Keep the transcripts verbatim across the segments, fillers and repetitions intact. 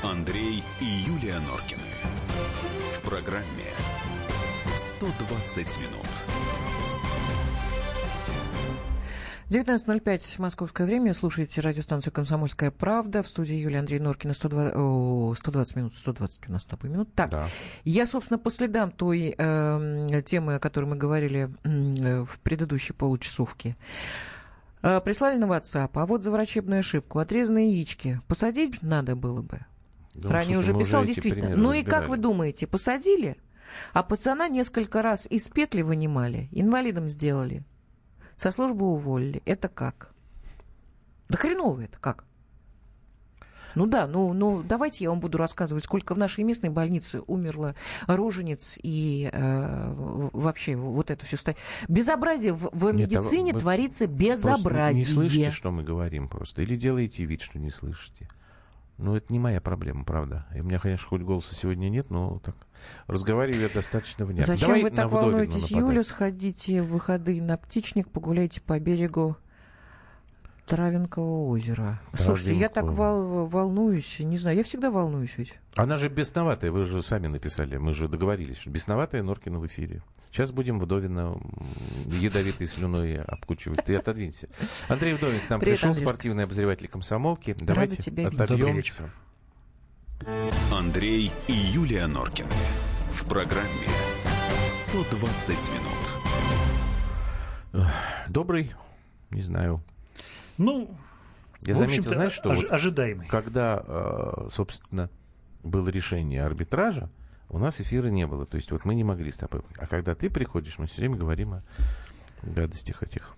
Андрей и Юлия Норкины. В программе сто двадцать минут. девятнадцать ноль пять московское время. Слушаете радиостанцию «Комсомольская правда». В студии Юлия, Андрей Норкина. сто двадцать, о, сто двадцать минут. сто двадцать у нас с тобой минут. Так, да. Я, собственно, по следам той э, темы, о которой мы говорили э, в предыдущей получасовке. Э, прислали на WhatsApp. А вот за врачебную ошибку. Отрезанные яички. Посадить надо было бы. Да, ранее уже писал, уже действительно. Ну разбирали. И как вы думаете, посадили? А пацана несколько раз из петли вынимали, инвалидом сделали. Со службы уволили. Это как? Да хреново это как? Ну да, ну, ну давайте я вам буду рассказывать, сколько в нашей местной больнице умерло рожениц и э, вообще вот это все. Безобразие в, в Нет, медицине а творится безобразие. Не слышите, что мы говорим просто? Или делаете вид, что не слышите? Ну, это не моя проблема, правда. И у меня, конечно, хоть голоса сегодня нет, но так разговариваю я достаточно внятно. Зачем Давай вы так волнуетесь, Юля? Сходите в выходные на Птичник, погуляйте по берегу Травинкового озера. Травинкового. Слушайте, я так вол- волнуюсь, не знаю, я всегда волнуюсь ведь. Она же бесноватая, вы же сами написали, мы же договорились, что бесноватая Норкина в эфире. Сейчас будем Вдовина ядовитой слюной обкучивать. Ты отодвинься. Андрей Вдовин к нам Привет, пришел, Андрей. Спортивный обозреватель «Комсомолки». Давайте отобьемся. Андрей и Юлия Норкины. В программе сто двадцать минут. Добрый, не знаю. Ну, я заметил, знаешь, что ож- вот ожидаемый. Когда, собственно, было решение арбитража, у нас эфира не было. То есть вот мы не могли с тобой. А когда ты приходишь, мы все время говорим о гадостях этих.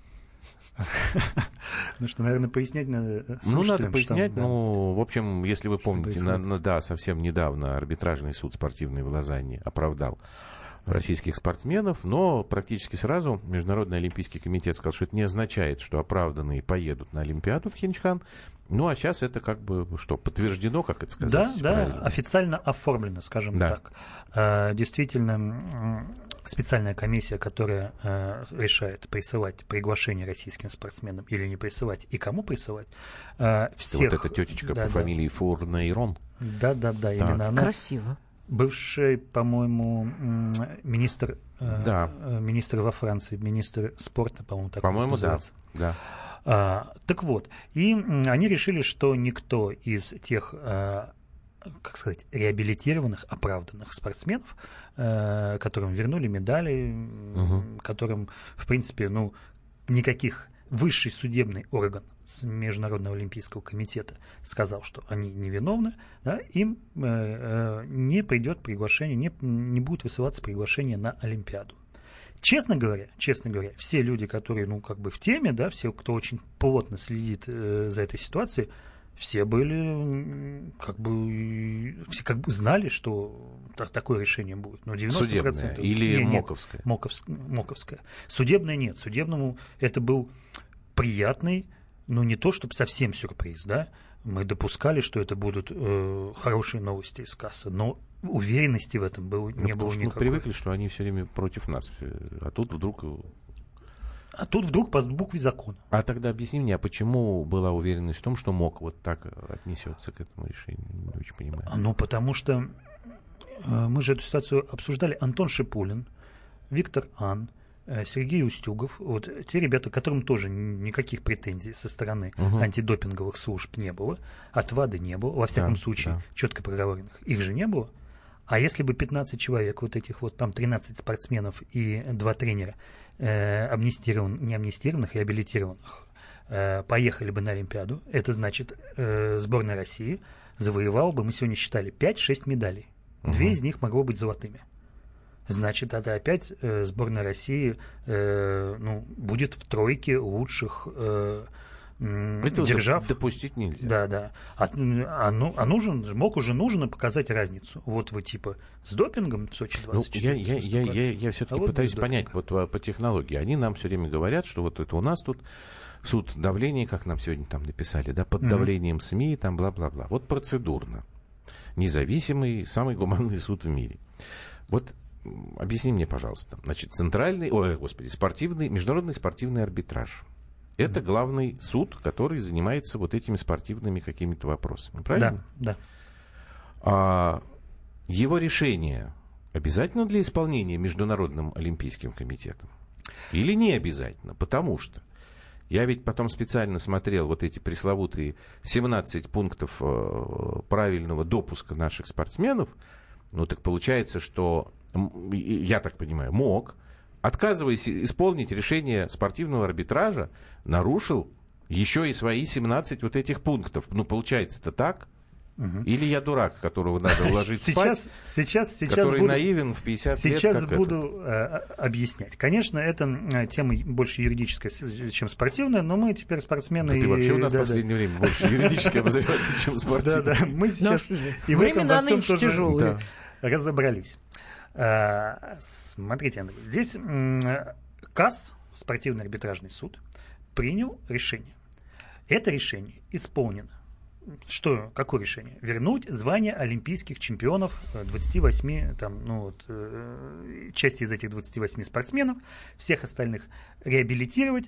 Ну что, наверное, пояснять надо. Ну, надо пояснять. Ну, в общем, если вы помните, да, совсем недавно арбитражный суд спортивный в Лозанне оправдал российских спортсменов, но практически сразу Международный олимпийский комитет сказал, что это не означает, что оправданные поедут на Олимпиаду в Пхенчхан. Ну, а сейчас это как бы что, подтверждено, как это сказать? Да, правильно? Да, официально оформлено, скажем да. так. Действительно, специальная комиссия, которая решает, присылать приглашение российским спортсменам или не присылать, и кому присылать, всех... Вот эта тетечка да, по да. фамилии Фурнейрон. Да-да-да, именно она. Красиво. Бывший, по-моему, министр, да. э, министр во Франции, министр спорта, по-моему, так по-моему, называется. Да. да. А, так вот, и они решили, что никто из тех, а, как сказать, реабилитированных, оправданных спортсменов, а, которым вернули медали, угу. которым, в принципе, ну, никаких высший судебный орган с Международного олимпийского комитета сказал, что они невиновны, да, им э, э, не придет приглашение, не, не будет высылаться приглашение на Олимпиаду. Честно говоря, честно говоря, все люди, которые, ну, как бы в теме, да, все, кто очень плотно следит э, за этой ситуацией, все были, как бы, все как бы знали, что так, такое решение будет. Но девяносто процентов судебное или не, моковское? Моковское? Моковское. Судебное нет. Судебному это был приятный, ну, не то, чтобы совсем сюрприз, да. Мы допускали, что это будут э, хорошие новости из кассы, но уверенности в этом было, ну, не было никакой. Мы привыкли, что они все время против нас, а тут вдруг... А тут вдруг по букве закона. А тогда объясни мне, а почему была уверенность в том, что МОК вот так отнесется к этому решению? Не очень понимаю. Ну, потому что э, мы же эту ситуацию обсуждали. Антон Шипулин, Виктор Ан, Сергей Устюгов, вот те ребята, которым тоже никаких претензий со стороны угу. антидопинговых служб не было, от ВАДА не было, во всяком да, случае, да. четко проговоренных, их же не было. А если бы пятнадцать человек, вот этих вот там тринадцать спортсменов и два тренера, э, амнистированных, не амнистированных, реабилитированных, э, поехали бы на Олимпиаду, это значит, э, сборная России завоевала бы, мы сегодня считали, пять-шесть медалей. Угу. Две из них могло быть золотыми. Значит, это опять э, сборная России э, ну, будет в тройке лучших э, э, держав. Допустить нельзя. Да, да. А, а, ну, а нужен, МОК уже нужно показать разницу. Вот вы типа с допингом в Сочи двадцать четыре. Ну, я, я, я, я, я все-таки а пытаюсь вот понять вот, по, по технологии. Они нам все время говорят, что вот это у нас тут суд давления, как нам сегодня там написали, да, под mm-hmm. давлением СМИ, там бла-бла-бла. Вот процедурно. Независимый, самый гуманный суд в мире. Вот объясни мне, пожалуйста. Значит, центральный, ой, господи, спортивный, международный спортивный арбитраж. Это главный суд, который занимается вот этими спортивными какими-то вопросами. Правильно? Да, да. А его решение обязательно для исполнения Международным олимпийским комитетом? Или не обязательно? Потому что я ведь потом специально смотрел вот эти пресловутые семнадцать пунктов э, правильного допуска наших спортсменов. Ну, так получается, что, я так понимаю, МОК, отказываясь исполнить решение спортивного арбитража, нарушил еще и свои семнадцать вот этих пунктов. Ну, получается-то так? Угу. Или я дурак, которого надо уложить сейчас, спать, сейчас, сейчас который буду, наивен в пятьдесят сейчас лет? Сейчас буду э, объяснять. Конечно, это тема больше юридическая, чем спортивная, но мы теперь спортсмены... Да ты вообще у нас да, в последнее да. время больше юридически обозреватель, чем спортивная. Да, да, мы сейчас и в этом во всем тоже разобрались. Смотрите, Андрей, здесь КАС, спортивный арбитражный суд, принял решение. Это решение исполнено. Что, какое решение? Вернуть звание олимпийских чемпионов двадцати восьми, там, ну, вот, э, части из этих двадцати восьми спортсменов, всех остальных реабилитировать,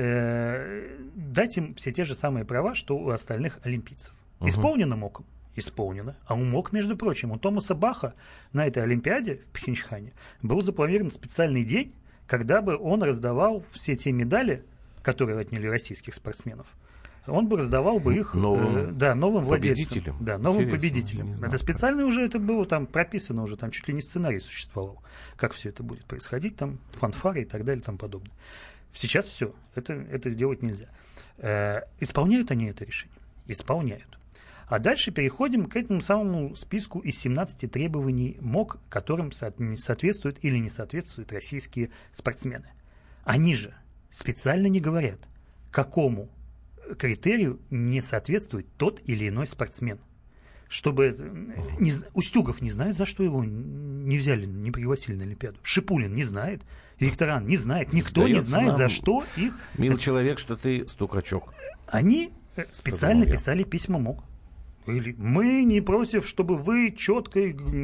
э, дать им все те же самые права, что у остальных олимпийцев. Угу. Исполнено МОКом? Исполнено. А у МОК, между прочим, у Томаса Баха на этой Олимпиаде в Пхенчхане был запланирован специальный день, когда бы он раздавал все те медали, которые отняли российских спортсменов. Он бы раздавал бы их новым, э, да, новым владельцам. Да, новым Интересно, победителям. Это специально уже это было там прописано, уже там чуть ли не сценарий существовал, как все это будет происходить, там фанфары и так далее и тому подобное. Сейчас все, это, это сделать нельзя. Э, исполняют они это решение? Исполняют. А дальше переходим к этому самому списку из семнадцати требований МОК, которым соответствуют или не соответствуют российские спортсмены. Они же специально не говорят, какому критерию не соответствует тот или иной спортсмен. Чтобы... Не, Устюгов не знает, за что его не взяли, не пригласили на Олимпиаду. Шипулин не знает, Викторан не знает, никто Сдается не знает, нам, за что их... Мил человек, что ты стукачок. Они специально писали письма МОК. Или мы не против, чтобы вы четко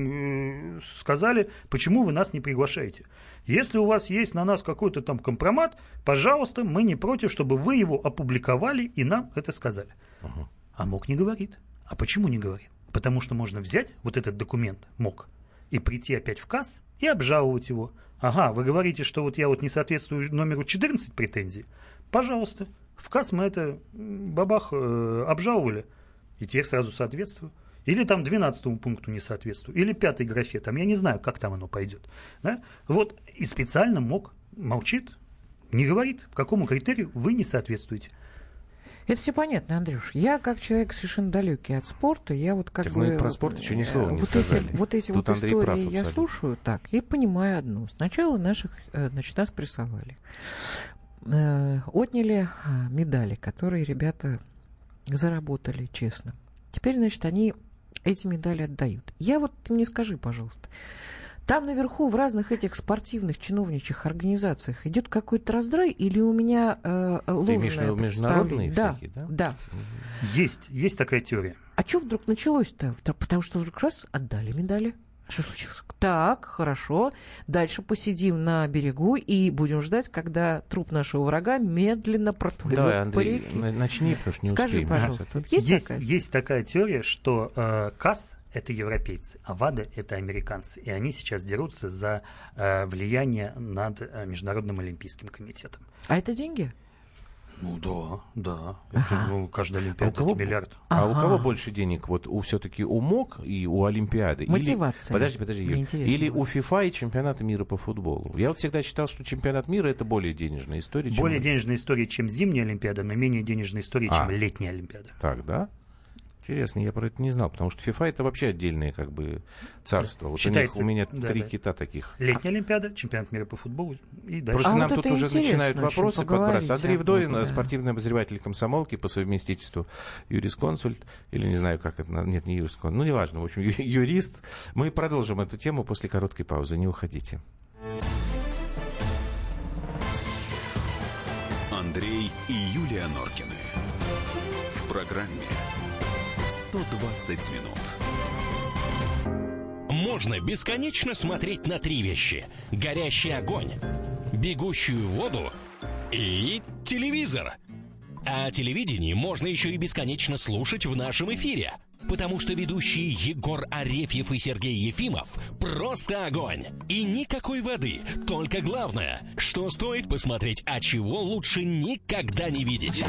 э, сказали, почему вы нас не приглашаете. Если у вас есть на нас какой-то там компромат, пожалуйста, мы не против, чтобы вы его опубликовали и нам это сказали. Uh-huh. А МОК не говорит. А почему не говорит? Потому что можно взять вот этот документ МОК и прийти опять в КАС и обжаловать его. Ага, вы говорите, что вот я вот не соответствую номеру четырнадцать претензий. Пожалуйста, в КАС мы это бабах э, обжаловали. И тех сразу соответствую. Или там двенадцатому пункту не соответствую. Или пятой графе. Там я не знаю, как там оно пойдет. Да? Вот. И специально МОК молчит, не говорит, по какому критерию вы не соответствуете. Это все понятно, Андрюш. Я, как человек совершенно далекий от спорта, я вот как так бы... Мы про спорт еще ни слова не вот сказали. Эти, вот эти Тут вот Андрей истории я абсолютно. слушаю так и понимаю одно. Сначала наших, значит, нас прессовали. Отняли медали, которые ребята... заработали, честно. Теперь, значит, они эти медали отдают. Я вот, ты мне скажи, пожалуйста, там наверху в разных этих спортивных чиновничьих организациях идет какой-то раздрай или у меня э, ложное представление? Да, всякие, да? Да. Есть, есть такая теория. А что вдруг началось-то? Потому что вдруг раз отдали медали. Что случилось? Так, хорошо. Дальше посидим на берегу и будем ждать, когда труп нашего врага медленно проплывет Давай, Андрей, по реке. начни, потому что не Скажи, успеем. пожалуйста, Да? есть, есть, такая? есть такая теория, что э, КАС – это европейцы, а ВАДА – это американцы. И они сейчас дерутся за э, влияние над э, Международным олимпийским комитетом. А это деньги? Ну да, да. Ага. Это, ну, каждая Олимпиада а кого, это миллиард. А ага. у кого больше денег? Вот у все-таки у МОК и у Олимпиады? Мотивация. Или, подожди, подожди. Или у ФИФА и чемпионата мира по футболу? Я вот всегда считал, что чемпионат мира это более денежная история. Чем... Более денежная история, чем зимняя Олимпиада, но менее денежная история, а. чем летняя Олимпиада. Так, да? Интересно, я про это не знал, потому что ФИФА это вообще отдельное как бы царство. Вот Считается, у, них, у меня да, три да. кита таких. Летняя Олимпиада, чемпионат мира по футболу и дальше. Просто а нам вот тут уже начинают вопросы подбрасывать. Андрей Вдовин, да. спортивный обозреватель комсомолки по совместительству юрисконсульт, или не знаю, как это, нет, не юрисконсульт, ну неважно, в общем, юрист. Мы продолжим эту тему после короткой паузы, не уходите. Андрей и Юлия Норкины. В программе сто двадцать минут. Можно бесконечно смотреть на три вещи: горящий огонь, бегущую воду и телевизор. А телевидение можно еще и бесконечно слушать в нашем эфире. Потому что ведущие Егор Арефьев и Сергей Ефимов просто огонь. И никакой воды, только главное, что стоит посмотреть, а чего лучше никогда не видеть.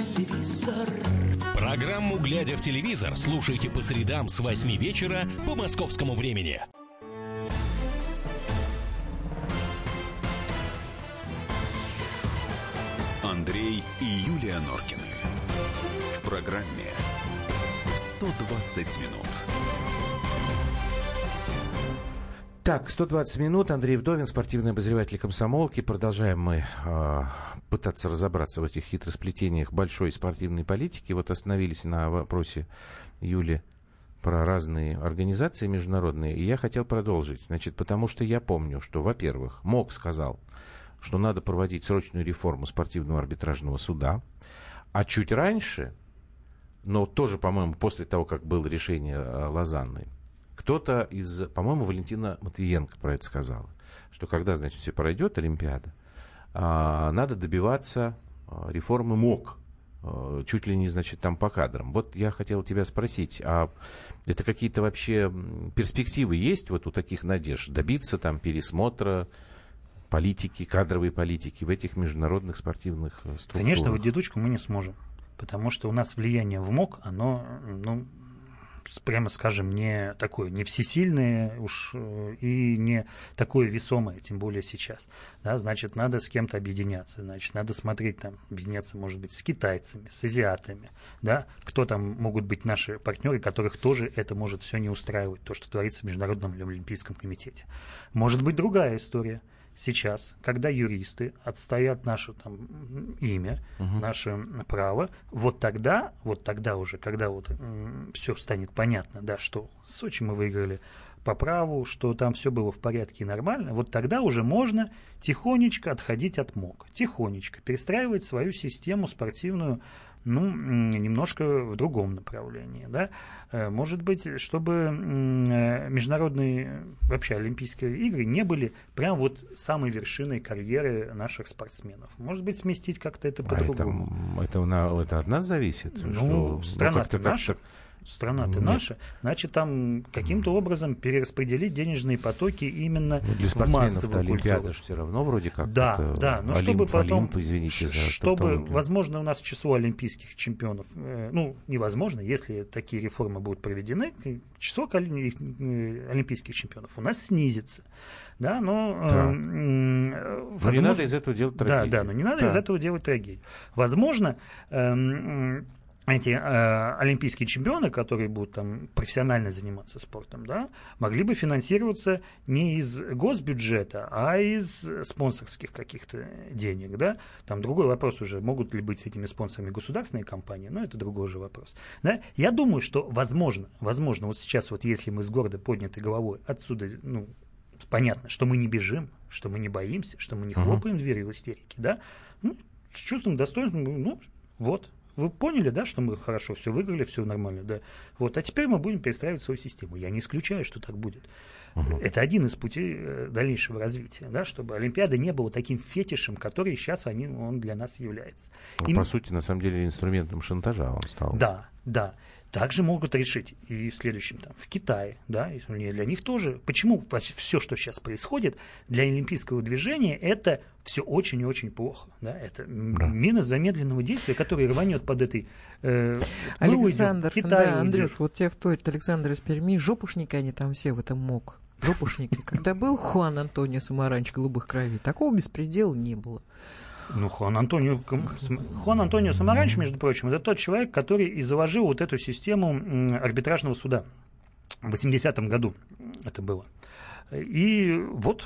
Программу «Глядя в телевизор» слушайте по средам с восьми вечера по московскому времени. Андрей и Юлия Норкины. В программе сто двадцать минут. Так, сто двадцать минут. Андрей Вдовин, спортивный обозреватель «Комсомолки». Продолжаем мы э, пытаться разобраться в этих хитросплетениях большой спортивной политики. Вот остановились на вопросе Юли про разные организации международные. И я хотел продолжить. Значит, потому что я помню, что, во-первых, МОК сказал, что надо проводить срочную реформу спортивного арбитражного суда. А чуть раньше, но тоже, по-моему, после того, как было решение Лозанны, кто-то из, по-моему, Валентина Матвиенко про это сказала, что когда, значит, все пройдет, Олимпиада, надо добиваться реформы МОК, чуть ли не, значит, там по кадрам. Вот я хотел тебя спросить, а это какие-то вообще перспективы есть вот у таких надежд? Добиться там пересмотра политики, кадровой политики в этих международных спортивных структурах? Конечно, в одиночку мы не сможем, потому что у нас влияние в МОК, оно, ну, прямо скажем, не такое, не всесильное уж и не такое весомое, тем более сейчас. Да, значит, надо с кем-то объединяться, значит, надо смотреть, там, объединяться, может быть, с китайцами, с азиатами, да, кто там могут быть наши партнеры, которых тоже это может все не устраивать, то, что творится в Международном Олимпийском комитете. Может быть, другая история. Сейчас, когда юристы отстоят наше там имя, угу. наше право, вот тогда, вот тогда уже, когда вот м- все станет понятно, да, что Сочи мы выиграли по праву, что там все было в порядке и нормально, вот тогда уже можно тихонечко отходить от МОК, тихонечко перестраивать свою систему спортивную, ну, немножко в другом направлении, да. Может быть, чтобы международные вообще Олимпийские игры не были прям вот самой вершиной карьеры наших спортсменов. Может быть, сместить как-то это по-другому. А это, это, это от нас зависит? Ну, что, страна-то ну, наша. Страна-то Нет. наша, значит, там каким-то образом перераспределить денежные потоки именно ну, для в спортсменов-то Олимпиада же все равно вроде как. Да, да, но Олимп, чтобы потом, Олимп, извините за чтобы, тавтологию. возможно, у нас число олимпийских чемпионов, э, ну, невозможно, если такие реформы будут проведены, число олимпийских чемпионов у нас снизится. Да, но, да. э, э, возможно, но не надо из этого делать трагедию. Да, да, но не надо да. из этого делать трагедию. Возможно, э, эти э, олимпийские чемпионы, которые будут там профессионально заниматься спортом, да, могли бы финансироваться не из госбюджета, а из спонсорских каких-то денег, да. Там другой вопрос уже, могут ли быть этими спонсорами государственные компании, но это другой же вопрос. Да. Я думаю, что возможно, возможно, вот сейчас вот если мы с гордо поднятой головой отсюда, ну, понятно, что мы не бежим, что мы не боимся, что мы не хлопаем uh-huh. дверью в истерике, да, ну, с чувством достоинства, ну, вот. Вы поняли, да, что мы хорошо все выиграли, все нормально, да. Вот, а теперь мы будем перестраивать свою систему. Я не исключаю, что так будет. Угу. Это один из путей дальнейшего развития, да, чтобы Олимпиада не была таким фетишем, который сейчас они, он для нас является. Ну, И... По сути, на самом деле, инструментом шантажа он стал. Да, да. Также могут решить и в следующем, там, в Китае, да, и для них тоже. Почему все, что сейчас происходит, для олимпийского движения, это все очень и очень плохо, да, это да. мина замедленного действия, которая рванет под этой... Э, Александр, уйдем, Китай да, Андрюш, уйдет. вот тебя вторит Александр из Перми, жопушники они там все в этом МОК, жопушники. Когда был Хуан Антонио Самаранч голубых кровей, такого беспредела не было. Ну, Хуан Антонио, Хуан Антонио Самаранч, между прочим, это тот человек, который и заложил вот эту систему арбитражного суда. В восьмидесятом году это было. И вот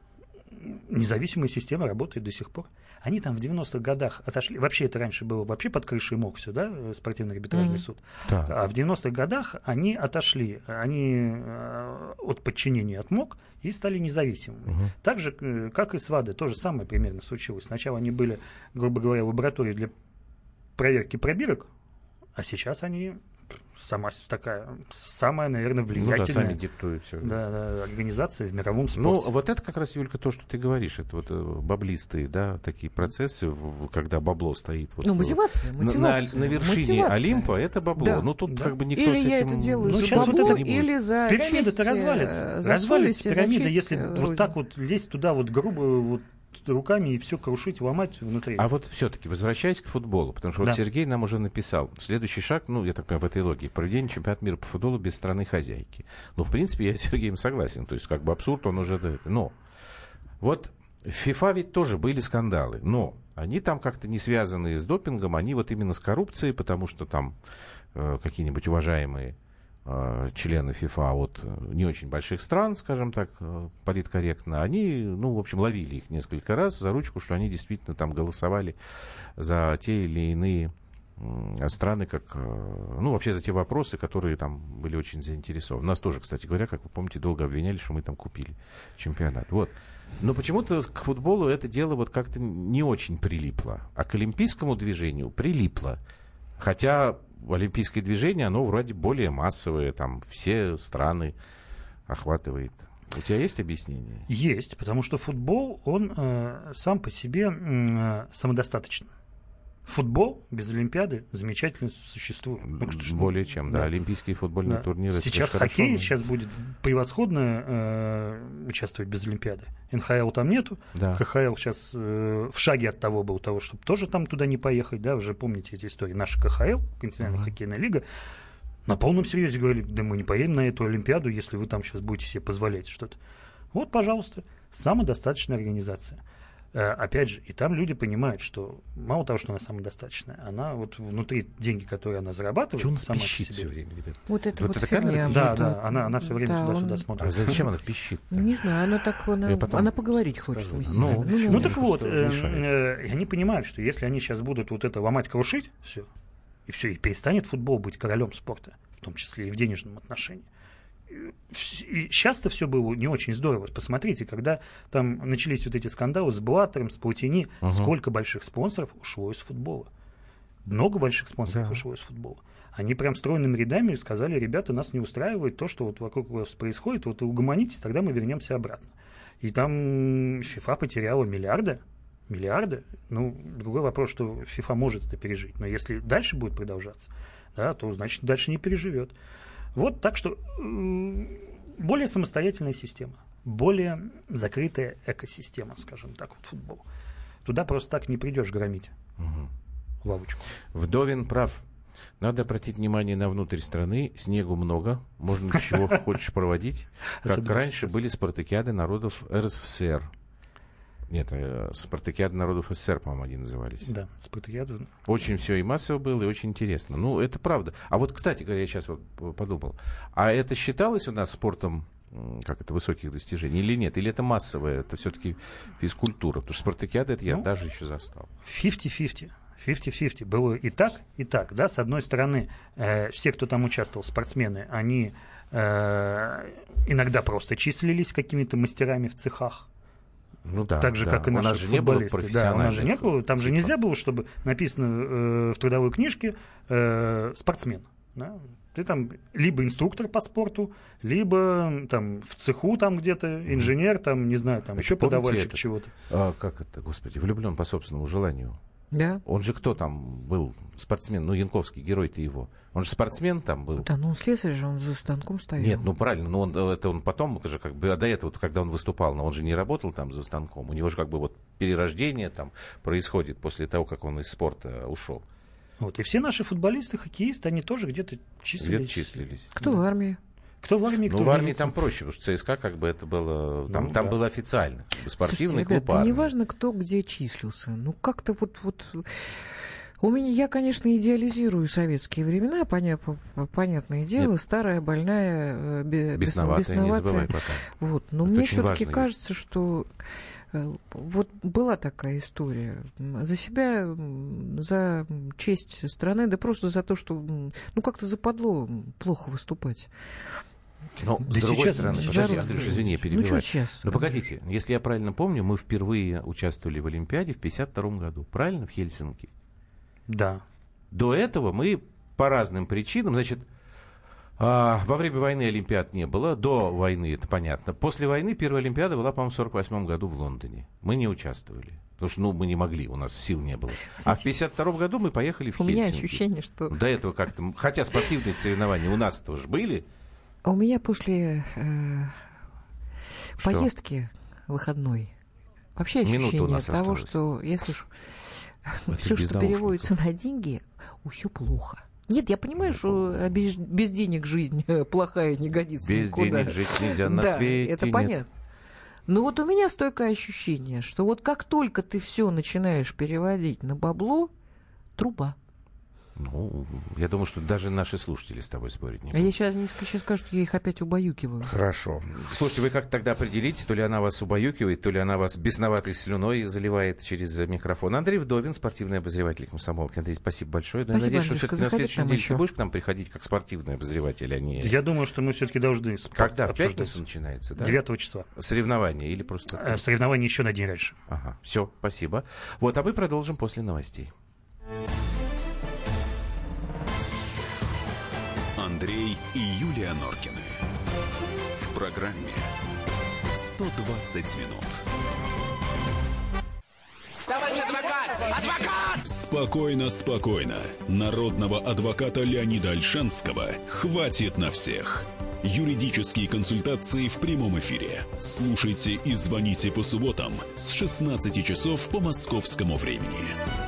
независимая система работает до сих пор. Они там в девяностых годах отошли. Вообще это раньше было вообще под крышей МОК все, да, спортивный арбитражный mm-hmm. суд. Да. А в девяностых годах они отошли, они от подчинения от МОК и стали независимыми. Mm-hmm. Так же, как и с ВАДА, то же самое примерно случилось. Сначала они были, грубо говоря, лабораторией для проверки пробирок, а сейчас они сама такая, самая, наверное, влиятельная. Ну да, сами диктуют все. Да, да, организация в мировом спорте. Ну, вот это как раз, Юлька, то, что ты говоришь. Это вот баблистые, да, такие процессы, когда бабло стоит. Вот, ну, мотивация, мотивация. На, на вершине мотивация. Олимпа это бабло. Да. Ну, тут да. как бы никто или с этим... я это делаю ну, за сейчас бабло, вот это или за пирамида-то честь, развалится. За развалится совесть, пирамида, за честь если Родины. Вот так вот лезть туда вот грубо вот руками и все крушить, ломать внутри. А вот все-таки, возвращаясь к футболу, потому что да. вот Сергей нам уже написал, следующий шаг, ну, я так понимаю, в этой логике, проведение чемпионата мира по футболу без страны-хозяйки. Ну, в принципе, я с Сергеем согласен, то есть, как бы абсурд, он уже... Но вот в ФИФА ведь тоже были скандалы, но они там как-то не связаны с допингом, они вот именно с коррупцией, потому что там э, какие-нибудь уважаемые члены ФИФА от не очень больших стран, скажем так, политкорректно, они, ну, в общем, ловили их несколько раз за ручку, что они действительно там голосовали за те или иные страны, как, ну, вообще за те вопросы, которые там были очень заинтересованы. Нас тоже, кстати говоря, как вы помните, долго обвиняли, что мы там купили чемпионат. Вот. Но почему-то к футболу это дело вот как-то не очень прилипло, а к олимпийскому движению прилипло. Хотя олимпийское движение, оно вроде более массовое, там все страны охватывает. У тебя есть объяснение? Есть, потому что футбол, он э, сам по себе э, самодостаточен. Футбол без Олимпиады замечательно существует. Ну, что, более чем, да. да. Олимпийские футбольные да. турниры. Сейчас хоккей хорошо, сейчас будет превосходно э, участвовать без Олимпиады. эн ха эл там нету. Да. ка ха эл сейчас э, в шаге от того был, того, чтобы тоже там туда не поехать. Да, вы же помните эти истории. Наша ка ха эл, континентальная uh-huh. хоккейная лига, на полном серьезе говорили, да мы не поедем на эту Олимпиаду, если вы там сейчас будете себе позволять что-то. Вот, пожалуйста, самодостаточная организация. Опять же, и там люди понимают, что мало того, что она самодостаточная, она вот внутри деньги, которые она зарабатывает, что он сама пищит по себе. все время, ребят? Вот это вот, вот фигня. Да, да, она, она все время да, туда-сюда он... смотрит. А зачем она пищит? Не знаю, она так, она, она поговорить хочет. Ну, ну, ну, ну так вот, э, э, они понимают, что если они сейчас будут вот это ломать, крушить, все, и все, и перестанет футбол быть королем спорта, в том числе и в денежном отношении. И сейчас-то все было не очень здорово. Посмотрите, когда там начались вот эти скандалы с Блаттером, с Платини, uh-huh. сколько больших спонсоров ушло из футбола. Много больших спонсоров yeah. ушло из футбола. Они прям стройными рядами сказали, ребята, нас не устраивает то, что вот вокруг вас происходит, вот угомонитесь, тогда мы вернемся обратно. И там ФИФА потеряла миллиарды. Миллиарды. Ну, другой вопрос, что ФИФА может это пережить. Но если дальше будет продолжаться, да, то, значит, дальше не переживет. Вот так что более самостоятельная система, более закрытая экосистема, скажем так, вот футбол. Туда просто так не придешь громить угу. лавочку. Вдовин прав. Надо обратить внимание на внутрь страны. Снегу много, можно чего хочешь проводить. Как раньше были спартакиады народов эр эс эф эс эр. Нет, спартакиады народов эс эс эс эр, по-моему, они назывались. Да, спартакиады. Очень все и массово было, и очень интересно. Ну, это правда. А вот, кстати говоря, я сейчас вот подумал, а это считалось у нас спортом, как это, высоких достижений или нет? Или это массовое, это все-таки физкультура? Потому что спартакиады это я ну, даже еще застал. пятьдесят на пятьдесят. пятьдесят на пятьдесят. Было и так, и так. Да? С одной стороны, э, все, кто там участвовал, спортсмены, они э, иногда просто числились какими-то мастерами в цехах. Ну да, так же, да. как и наши футболисты. Да, у нас же не было, там же нельзя было, чтобы написано э, в трудовой книжке э, спортсмен. Да? Ты там либо инструктор по спорту, либо там в цеху там где-то инженер, там, не знаю, там еще подавальщик чего-то. А, как это, господи, влюблен по собственному желанию. Да. Он же кто там был? Спортсмен, ну, Янковский, герой-то его. Он же спортсмен там был. Да, ну он слесарь же, он за станком стоял. Нет, ну правильно, но он, это он потом, же как бы, а до этого, когда он выступал, но он же не работал там за станком. У него же как бы вот перерождение там происходит после того, как он из спорта ушел. Вот, и все наши футболисты, хоккеисты, они тоже где-то числились. Где-то числились. Кто да. в армии? Кто в армии, кто ну, в армии милиции. Там проще, потому что ЦСКА как бы это было, там, ну, там да. было официально. Спортивный Слушайте, ребят, клуб армии. Да неважно, кто где числился. Ну, как-то вот... вот... У меня, я, конечно, идеализирую советские времена, поня, понятное дело, Нет. старая, больная, бесноватая, бесноватая. Не забывай потом. Вот. Но это мне все-таки важно. кажется, что вот была такая история. За себя, за честь страны, да просто за то, что ну как-то западло плохо выступать. Но, да с другой сейчас, стороны, сейчас, подожди, Андрюш, извини, я перебиваю. Ну, сейчас? Но погодите, если я правильно помню, мы впервые участвовали в Олимпиаде в пятьдесят втором году, правильно, в Хельсинки? Да. До этого мы по разным причинам. Значит, во время войны Олимпиад не было, до войны, это понятно. После войны первая Олимпиада была, по-моему, в сорок восьмом году в Лондоне. Мы не участвовали. Потому что, ну, мы не могли, у нас сил не было. А в пятьдесят втором году мы поехали в у Хельсинки. У меня ощущение, что... До этого как-то... Хотя спортивные соревнования у нас тоже были. А у меня после э, поездки выходной вообще ощущение того, осталось. Что я слышу, все, что переводится на деньги, все плохо. Нет, я понимаю, что без, без денег жизнь плохая, не годится без никуда. Без денег жить нельзя на да, свете. Это нет. понятно. Но вот у меня стойкое ощущение, что вот как только ты все начинаешь переводить на бабло, труба. Ну, я думаю, что даже наши слушатели с тобой спорить не будут. А я сейчас, сейчас скажу, что я их опять убаюкиваю. Хорошо. Слушайте, вы как тогда определитесь, то ли она вас убаюкивает, то ли она вас бесноватой слюной заливает через микрофон. Андрей Вдовин, спортивный обозреватель «Комсомолки». Андрей, спасибо большое. Спасибо, я надеюсь, что Андрюшка, все-таки на следующей неделе еще. ты будешь к нам приходить как спортивный обозреватель, а не... Я думаю, что мы все-таки должны Когда? В пятницу начинается, да? девятого числа. Соревнования или просто... А, соревнования еще на день раньше. Ага, все, спасибо. Вот, а мы продолжим после новостей. Андрей и Юлия Норкины. В программе сто двадцать минут. Товарищ адвокат! Адвокат! Спокойно, спокойно. Народного адвоката Леонида Ольшанского хватит на всех. Юридические консультации в прямом эфире. Слушайте и звоните по субботам с шестнадцати часов по московскому времени.